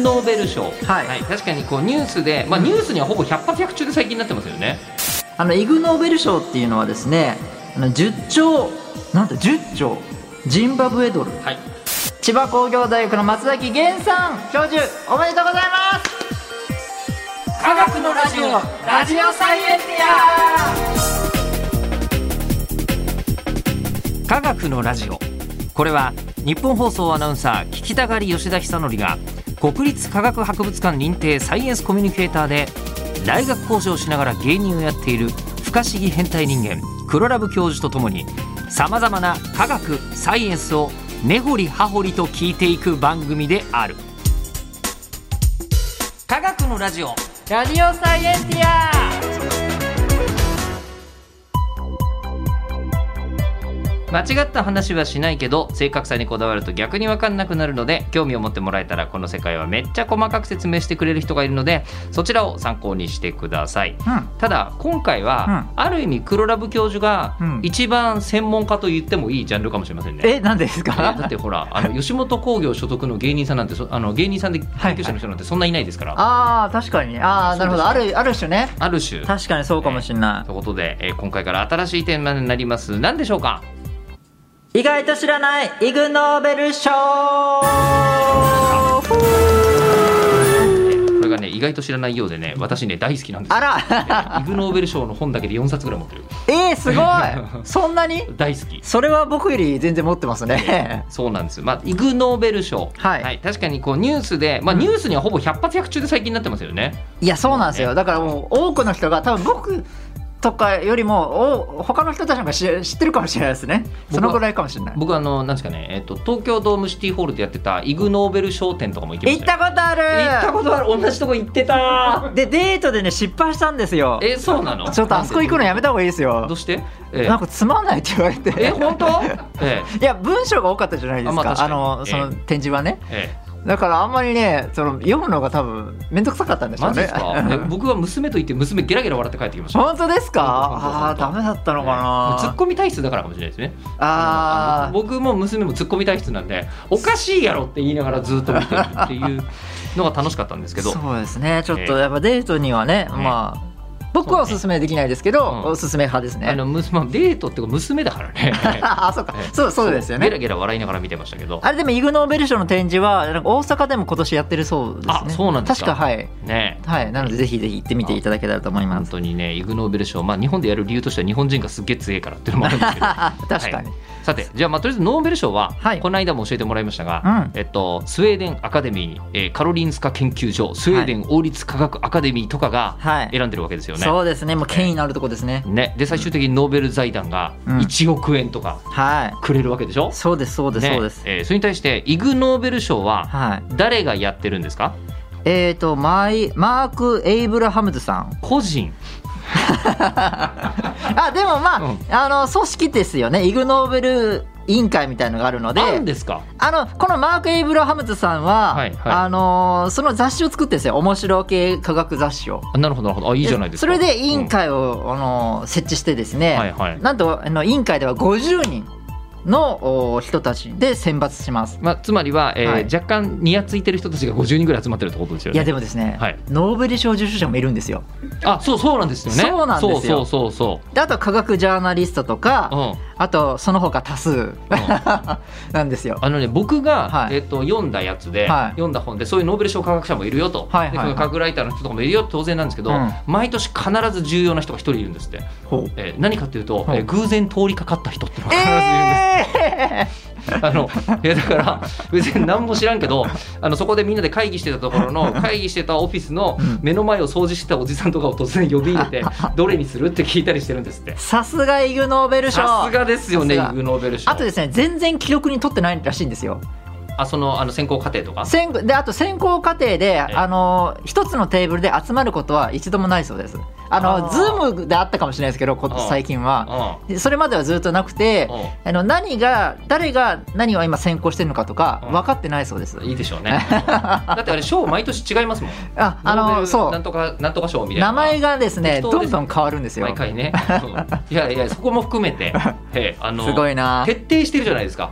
ノーベル賞、 はい確かにこうニュースで、ニュースにはほぼ100発100中で最近になってますよね。 イグ・ノーベル賞っていうのはですね、10兆ジンバブエドル、 はい、 千葉工業大学の松崎源さん教授、おめでとうございます。科学のラジオ、ラジオサイエンティア。科学のラジオ、これは日本放送アナウンサー聞きたがり吉田久典が国立科学博物館認定サイエンスコミュニケーターで大学講師をしながら芸人をやっている不可思議変態人間黒ラブ教授とともに、さまざまな科学サイエンスを根掘り葉掘りと聞いていく番組である。科学のラジオ、 ラジオサイエンティア。 間違った話はしないけど正確さにこだわると逆に分かんなくなるので、興味を持ってもらえたらこの世界はめっちゃ細かく説明してくれる人がいるので、そちらを参考にしてください、ただ今回は、ある意味黒ラブ教授が一番専門家と言ってもいいジャンルかもしれませんね。 なんでですか？ だってほら吉本興業所属の芸人さんなんて芸人さんで研究者の人なんてそんないないですから、 確かになるほど、ある種ね、 ある種確かにそうかもしれない、 ということで、今回から新しいテーマになります。何でしょうか？ 意外と知らないイグ・ノーベル賞。これがね意外と知らないようでね、私ね大好きなんですよ。イグ・ノーベル賞の本だけで4冊ぐらい持ってる。 すごいそんなに大好き。 それは僕より全然持ってますね。 そうなんですよ、イグ・ノーベル賞、確かにこうニュースで、ニュースにはほぼ100発100中で最近になってますよね。 いやそうなんですよ、だからもう多くの人が多分僕とかよりも他の人たちが知ってるかもしれないですね。そのぐらいかもしれない。 僕はなんですかね、東京ドームシティホールでやってたイグ・ノーベル賞展とかも行きました。 行ったことある。 同じとこ行ってた。 でデートでね失敗したんですよ。 そうなの？ ちょっとあそこ行くのやめた方がいいですよ。 どうして？ なんかつまんないって言われて。 本当？ いや文章が多かったじゃないですか、その展示はね、だからあんまりね読むのが多分めんどくさかったんでしょうね。 マジですか？僕は娘と言って娘ゲラゲラ笑って帰ってきました。 本当ですか？ダメだったのかな。 ツッコミ体質だからかもしれないですね。僕も娘もツッコミ体質なんで、おかしいやろって言いながらずっと見てるっていうのが楽しかったんですけど。 そうですね、ちょっとやっぱデートにはね、僕はおすすめできないですけど、おすすめ派ですね。デートっていうか娘だからね。 そうか、そうですよね。 ゲラゲラ笑いながら見てましたけど。 あれでもイグ・ノーベル賞の展示はなんか大阪でも今年やってるそうですね。 そうなんですか。 確かなのでぜひぜひ行ってみていただけたらと思います。 本当にねイグ・ノーベル賞、日本でやる理由としては日本人がすっげえ強いからっていうのもあるんですけど。 確かに。 さてじゃあとりあえずノーベル賞は、この間も教えてもらいましたが、スウェーデンアカデミー、カロリンスカ研究所、スウェーデン王立科学アカデミーとかが選んでるわけですよね。 そうですね、もう権威のあるとこですね。 で最終的にノーベル財団が1億円とかくれるわけでしょ。 そうですそうですそうです。 それに対してイグ・ノーベル賞は誰がやってるんですか？ マーク・エイブラハムズさん個人。 でも組織ですよね。イグ・ノーベル委員会みたいのがあるので。 何ですか？ このマーク・エイブラハムズさんは、その雑誌を作ってるんですよ。面白系科学雑誌を。なるほどいいじゃないですか。それで委員会を、設置してですね、なんと委員会では50人の人たちで選抜します。 つまりは、若干にやついてる人たちが50人ぐらい集まってるってことですよね。 いやでもですね、ノーベル賞受賞者もいるんですよ。 そうなんですよね。 そうなんですよ。であと科学ジャーナリストとか、あとその他多数なんですよ。 僕が、読んだやつで、読んだ本でそういうノーベル賞科学者もいるよと、科学ライターの人とかもいるよって当然なんですけど、毎年必ず重要な人が一人いるんですって。何かっていうと、偶然通りかかった人っていうのが必ずいるんです。だから別に何も知らんけどそこでみんなで会議してたところの会議してたオフィスの目の前を掃除してたおじさんとかを突然呼び入れてどれにするって聞いたりしてるんですって。 さすがイグ・ノーベル賞。 さすがですよねイグ・ノーベル賞。 あとですね、全然記録に取ってないらしいんですよ。 その選考過程とかで、あと選考過程で一つのテーブルで集まることは一度もないそうです。ズームであったかもしれないですけど最近はそれまではずっとなくて、誰が何を今選考してるのかとか分かってないそうです。 いいでしょうね。だってあれ賞毎年違いますもん。 そうなんとか賞みたいな名前がですねどんどん変わるんですよ毎回ね。いやそこも含めてすごいな。 徹底してるじゃないですか。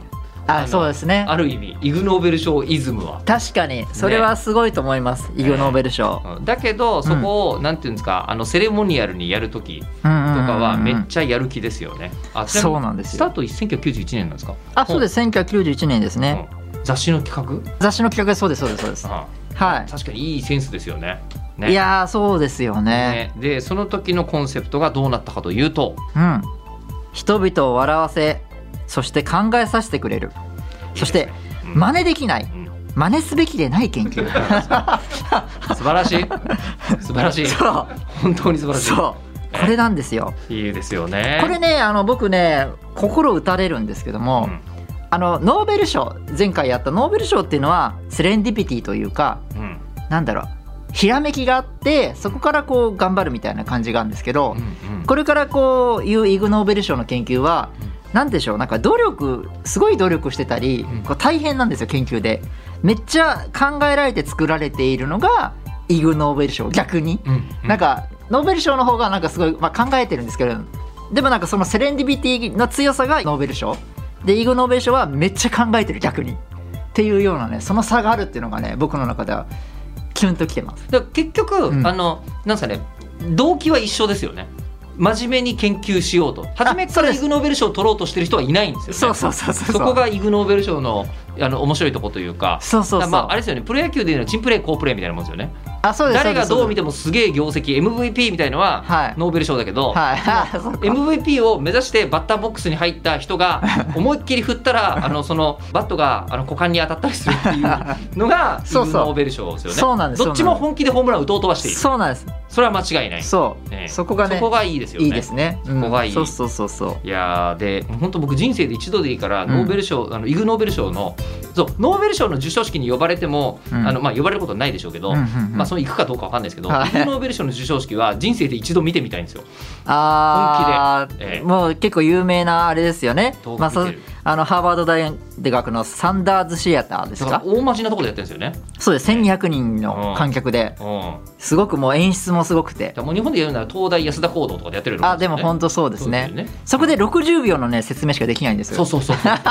そうですね、 ある意味イグ・ノーベル賞イズムは確かにそれはすごいと思います、イグ・ノーベル賞、 だけどそこをなんていうんですか、セレモニアルにやる時とかはめっちゃやる気ですよね。 そうなんですよ。 スタート1991年なんですか？ そうです、1991年ですね。 雑誌の企画、そうですそうですそうです。はい。 確かにいいセンスですよね。 いやそうですよね。 でその時のコンセプトがどうなったかというと、 人々を笑わせ、そして考えさせてくれる、そして真似できない、真似すべきでない研究素晴らしい素晴らしい、そう本当に素晴らしい、 そうこれなんですよ。 いいですよね。 これね、僕ね心打たれるんですけども、ノーベル賞、前回やったノーベル賞っていうのはセレンディピティというか、なんだろう、ひらめきがあってそこからこう頑張るみたいな感じがあるんですけど、これからこういうイグ・ノーベル賞の研究は何でしょう、なんかすごい努力してたり、こう大変なんですよ、研究でめっちゃ考えられて作られているのがイグ・ノーベル賞。逆に、なんかノーベル賞の方がなんかすごい、考えてるんですけど、でもなんかそのセレンディピティの強さがノーベル賞で、イグ・ノーベル賞はめっちゃ考えてる逆にっていうようなね、その差があるっていうのがね、僕の中ではキュンときてます。 だから結局、なんですかね、動機は一緒ですよね。真面目に研究しようと、初めからイグ・ノーベル賞を取ろうとしてる人はいないんですよね。そこがイグ・ノーベル賞の面白いところというか、あれですよね、プロ野球でいうのはチンプレー好プレーみたいなもんですよね。誰がどう見てもすげえ業績 MVP みたいのはノーベル賞だけど、MVP を目指してバッターボックスに入った人が思いっきり振ったらそのバットが股間に当たったりするっていうのがイグ・ノーベル賞ですよね。そうなんです。どっちも本気でホームラン打とうとはしている。 そうなんです。 それは間違いない。そこがね、 そこがいいですよね。 いいですね。 そこがいい。いやで本当僕人生で一度でいいからノーベル賞、イグ・ノーベル賞のノーベル賞の授賞式に呼ばれても、呼ばれることはないでしょうけど、その行くかどうかわかんないですけど、イグ・ノーベル賞の授賞式は人生で一度見てみたいんですよ。本気で、 もう結構有名なあれですよね。ハーバード大学のサンダーズシアターですか。 大真面なところでやってるんですよね。 そうです。1200人の観客で、すごくもう演出もすごくて、 もう日本でやるなら東大安田講堂とかでやってるの、 でも本当そうですね。そこで60秒のね説明しかできないんですよ。 そう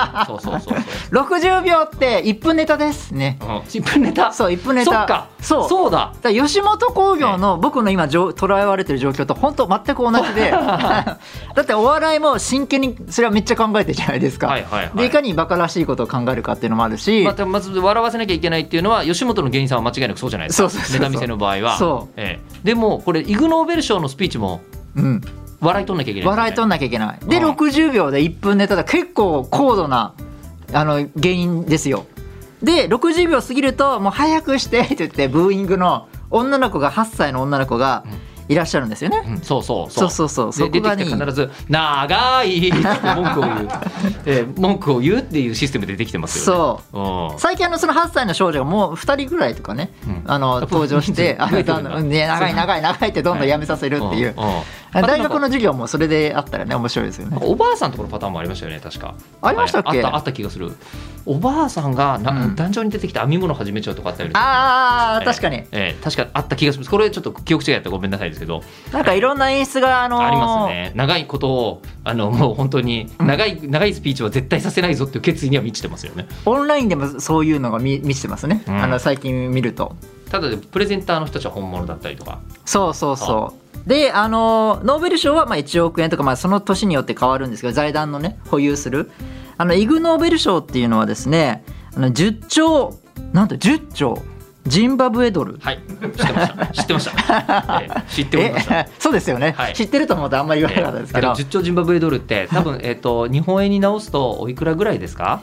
60秒って1分ネタですね。 1分ネタ。 そう、1分ネタ。 そっか。そうだ。 吉本興業の僕の今捉えられてる状況と本当全く同じで、だってお笑いも真剣にそれはめっちゃ考えてるじゃないですか。でいかにバカらしいことを考えるかっていうのもあるし、 まず笑わせなきゃいけないっていうのは吉本の芸人さんは間違いなくそうじゃないですか。ネタ見せの場合は。でもこれイグ・ノーベル賞のスピーチも笑い取んなきゃいけない、 笑い取んなきゃいけない。で60秒で1分ネタだ、結構高度な芸人ですよ。で60秒過ぎるともう早くしてって言ってブーイングの女の子が8歳の女の子がいらっしゃるんですよね。 そうそこ出てきて必ず長いって文句を言うっていうシステムでできてますよね。 最近その8歳の少女がもう2人ぐらいとかね、登場して長いってどんどんやめさせるっていう、大学の授業もそれであったらね面白いですよね。 おばあさんとこのパターンもありましたよね。確かありましたっけ。 あった気がする。おばあさんが壇上に出てきて編み物始めちゃうとかあったよね。 確かに、 確かあった気がする。これちょっと記憶違いだったらごめんなさいですけど、 なんかいろんな演出がありますね。長いことをもう本当に長いスピーチは絶対させないぞっていう決意には満ちてますよね。 オンラインでもそういうのが満ちてますね、最近見ると。 ただでプレゼンターの人たちは本物だったりとか。 そうでノーベル賞は1億円とか、その年によって変わるんですけど、財団のね保有するイグ・ノーベル賞っていうのはですね、10兆ジンバブエドル。 知ってました知っておりました。 そうですよね、知ってると思うとあんまり言わなかったですけど、 10兆ジンバブエドルって多分、日本円に直すとおいくらぐらいですか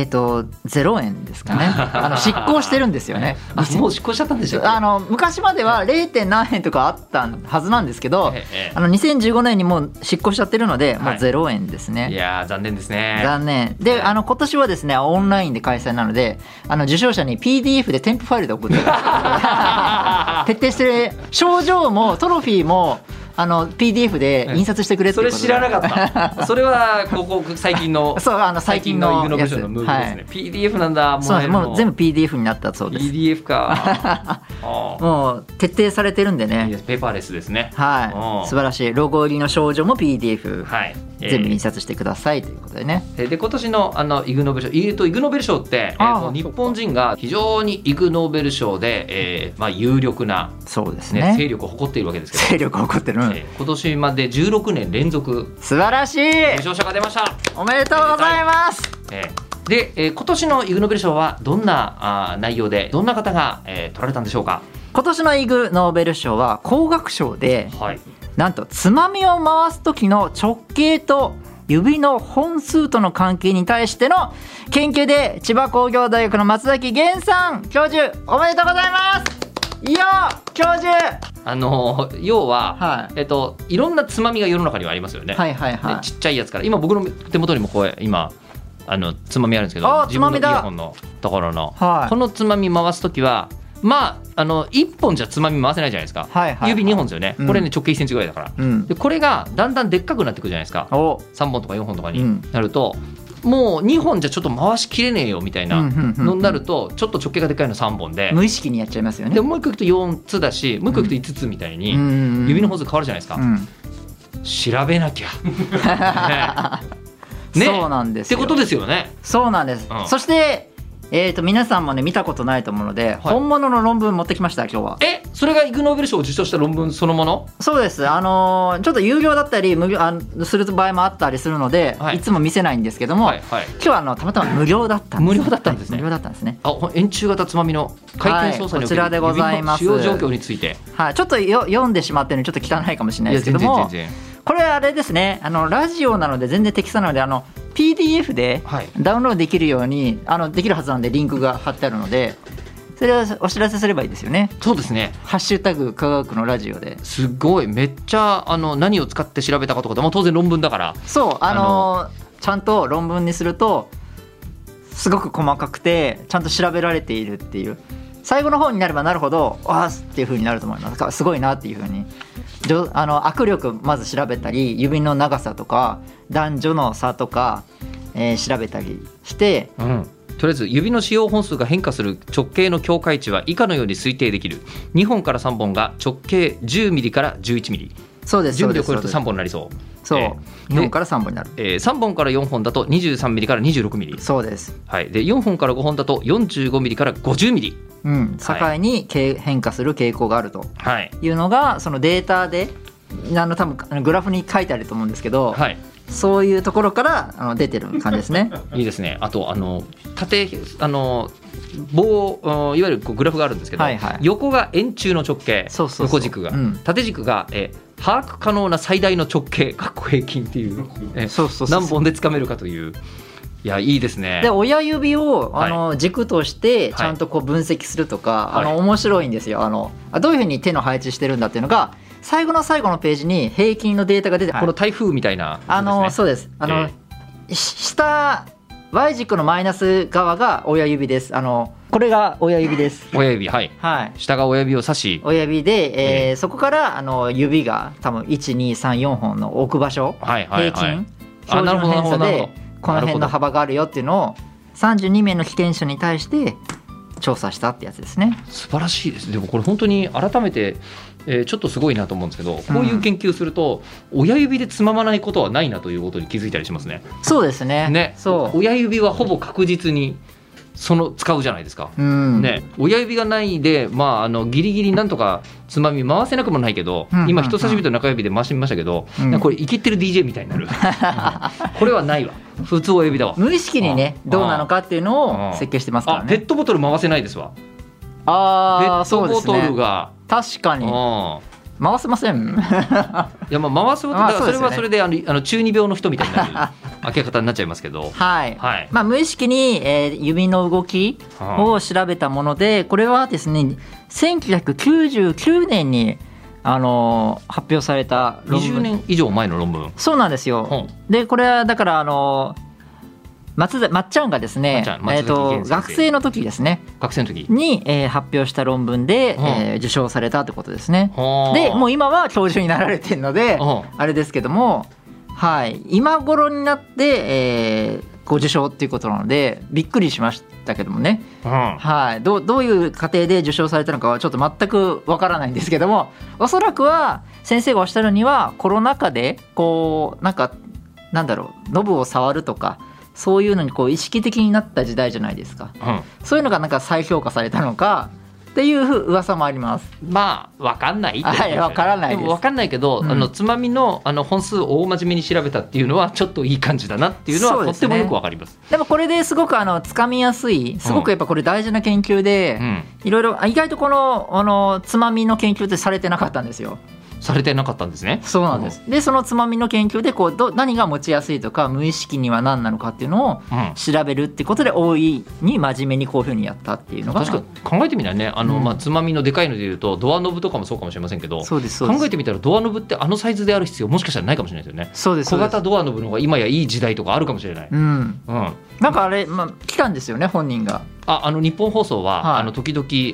？0円ですかね。執行してるんですよね。 もう執行しちゃったんでしょ。 昔までは 0. 何円とかあったはずなんですけど、2015年にもう執行しちゃってるので、もう0円ですね。 いや残念ですね。 残念で、今年はですねオンラインで開催なので、受賞者に PDF で添付ファイルで送って徹底してる。賞状もトロフィーも PDF で印刷してくれってことで、 それ知らなかったそれはここ最近のそう最近のイグノーベル賞のムーブですね、PDF なんだ。 もう全部 PDF になったそうです。 PDF かもう徹底されてるんでね。 ペーパーレスですね。 はい、素晴らしい。ロゴ入りの賞状も PDF、全部印刷してくださいということでね。 で今年のイグノーベル賞、イグノーベル賞って、日本人が非常にイグノーベル賞で、有力な、 そうですね、 勢力を誇っているわけですけど、 勢力を誇ってる、 今年まで16年連続素晴らしい受賞者が出ました。 おめでとうございます。 で、今年のイグノーベル賞はどんな内容でどんな方が、取られたんでしょうか。 今年のイグノーベル賞は工学賞で、なんとつまみを回す時の直径と指の本数との関係に対しての研究で、千葉工業大学の松崎源さん教授、おめでとうございます。いいよ教授。 要は、いろんなつまみが世の中にはありますよね。ちっちゃいやつから、今僕の手元にも今つまみあるんですけど、自分のイヤホンのところの、このつまみ回すときは1本じゃつまみ回せないじゃないですか。指2本ですよね。これね直径1センチぐらいだから、でこれがだんだんでっかくなってくるじゃないですか。3本とか4本とかになると、もう2本じゃちょっと回しきれねえよみたいなのになると、ちょっと直径がでかいの3本で無意識にやっちゃいますよね。 でもう一個いくと4つだし、もう一個いくと5つみたいに指の本数変わるじゃないですか。調べなきゃそうなんですよ。 ってことですよね。 そうなんです。そして皆さんもね見たことないと思うので、本物の論文持ってきました今日は。 それがイグノーベル賞を受賞した論文そのもの？ そうです。ちょっと有料だったりする場合もあったりするので、いつも見せないんですけども、今日はたまたま無料だったんです。 無料だったんですね。 無料だったんですね。 円柱型つまみの回転操作における指の使用状況について、 ちょっと読んでしまってるのでちょっと汚いかもしれないですけども、これあれですね、ラジオなので全然適切なのでPDF でダウンロードできるようにできるはずなんで、リンクが貼ってあるので、それをお知らせすればいいですよね。 そうですね。 ハッシュタグ科学のラジオで。 すごい、めっちゃ何を使って調べたかとか、当然論文だから、 そうちゃんと論文にするとすごく細かくてちゃんと調べられているっていう、最後の方になればなるほどっていう風になると思います。すごいなっていう風に握力まず調べたり、指の長さとか男女の差とか、調べたりして、 とりあえず指の使用本数が変化する直径の境界値は以下のように推定できる。2本から3本が直径10ミリから11ミリ。 そうです。 10ミリを超えると3本になりそう。 そう、2本から3本になる。 3本から4本だと23ミリから26ミリ。 そうです。 で4本から5本だと45ミリから50ミリ。 境に変化する傾向があるというのが、そのデータで多分グラフに書いてあると思うんですけど、そういうところから出てる感じですね。 いいですね。あと縦棒、いわゆるグラフがあるんですけど、横が円柱の直径、横軸が、縦軸が、把握可能な最大の直径平均っていう、何本でつかめるかという。いや、いいですね。 で親指を軸としてちゃんと分析するとか、面白いんですよ。どういうふうに手の配置してるんだっていうのが最後のページに平均のデータが出て、 この台風みたいな、 そうです。下 Y 軸のマイナス側が親指です。これが親指です。 親指、下が親指を指し、 親指で、そこから指が多分1,2,3,4本の置く場所、平均標準偏差でこの辺の幅があるよっていうのを32名の被験者に対して調査したってやつですね。 素晴らしいです。でもこれ本当に改めて、ちょっとすごいなと思うんですけど、こういう研究すると、親指でつままないことはないなということに気づいたりしますね。 そうですね。 親指はほぼ確実に使うじゃないですか。親指がないで、ギリギリなんとかつまみ回せなくもないけど、今人差し指と中指で回してみましたけど、これ生きてる DJ みたいになる。これはないわ。普通親指だわ。 無意識にね、どうなのかっていうのを設計してますからね。 ペットボトル回せないですわ。ペットボトルが、 確かに回せません。 いや、回すそれはそれで中二病の人みたいになる開け方になっちゃいますけど、 無意識に、指の動きを調べたもので、これはですね1999年に発表された論文。 20年以上前の論文。 そうなんですよ。でこれはだからまっちゃんがですね、学生の時ですね、 学生の時に、発表した論文で、受賞されたということですね。でもう今は教授になられてるのであれですけども、はい、今頃になって、ご受賞っていうことなのでびっくりしましたけどもね、はい、どういう過程で受賞されたのかはちょっと全くわからないんですけども、おそらくは先生がおっしゃるにはコロナ禍でこうなんだろう、ノブを触るとかそういうのにこう意識的になった時代じゃないですか、そういうのがなんか再評価されたのかっていう噂もあります。 まあ分かんないってことですよね。 はい、分からないです。 でも分かんないけど、つまみの本数を大真面目に調べたっていうのはちょっといい感じだなっていうのはとってもよく分かります。 でもこれですごくつかみやすい、すごくやっぱこれ大事な研究で、いろいろ意外とこのつまみの研究ってされてなかったんですよ。 されてなかったんですね。 そうなんです。でそのつまみの研究で何が持ちやすいとか無意識には何なのかっていうのを調べるっていうことで、大いに真面目にこういうふうにやったっていうのが、 確か考えてみたらね、つまみのでかいのでいうとドアノブとかもそうかもしれませんけど、考えてみたらドアノブってサイズである必要もしかしたらないかもしれないですよね。 そうです。 小型ドアノブの方が今やいい時代とかあるかもしれない。 なんかあれ、来たんですよね本人が。 日本放送は、時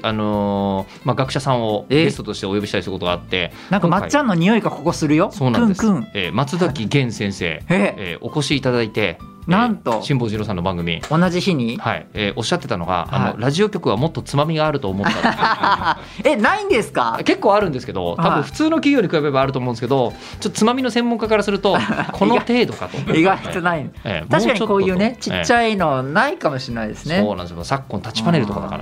々、学者さんをゲストとしてお呼びしたりすることがあって、 なんかまっちゃんの匂いがここするよ。 そうなんです。松崎源先生、お越しいただいて、 なんと辛坊治郎さんの番組同じ日に、 はい、おっしゃってたのが、ラジオ局はもっとつまみがあると思ったないんですか。 結構あるんですけど、多分普通の企業に比べればあると思うんですけど、ちょっとつまみの専門家からするとこの程度かと意外とない、確かにこういうねちっちゃいのないかもしれないですね。 そうなんですよ。昨今タッチパネルとかだから、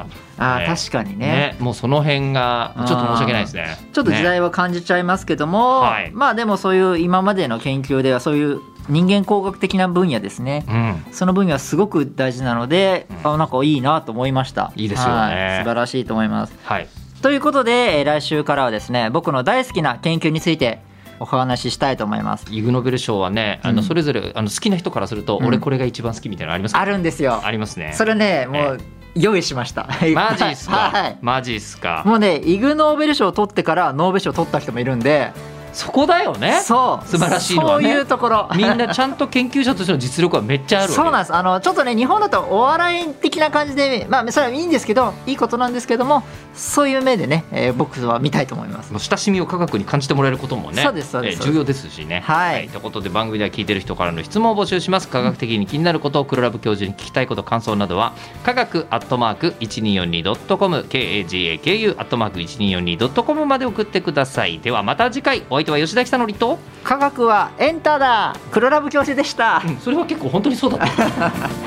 確かにね、 もうその辺がちょっと申し訳ないですね。 ちょっと時代は感じちゃいますけども、まあでもそういう今までの研究ではそういう人間工学的な分野ですね、その分野はすごく大事なので、なんかいいなと思いました。 いいですよね、 素晴らしいと思います。ということで来週からはですね、僕の大好きな研究についてお話ししたいと思います。 イグ・ノーベル賞はね、それぞれ好きな人からすると、俺これが一番好きみたいなのありますか？ あるんですよ。 ありますね。 それね、もう用意しました。 マジっすか、マジっすか。 もうね、イグ・ノーベル賞を取ってからノーベル賞を取った人もいるんで、 そこだよね。 そう素晴らしいのはね、 そういうところみんなちゃんと研究者としての実力はめっちゃあるわけ。 そうなんです。ちょっとね日本だとお笑い的な感じで、それはいいんですけど、いいことなんですけども、そういう目でね、僕は見たいと思います。 親しみを科学に感じてもらえることもね、 そうですそうです、 重要ですしね。ということで番組では聞いてる人からの質問を募集します。科学的に気になること、黒ラブ教授に聞きたいこと、感想などは科学@1242.com、KAGAKU@1242.com まで送ってください。ではまた次回。お相手は吉田久典と、 科学はエンターだ、黒ラブ教授でした。 それは結構本当にそうだった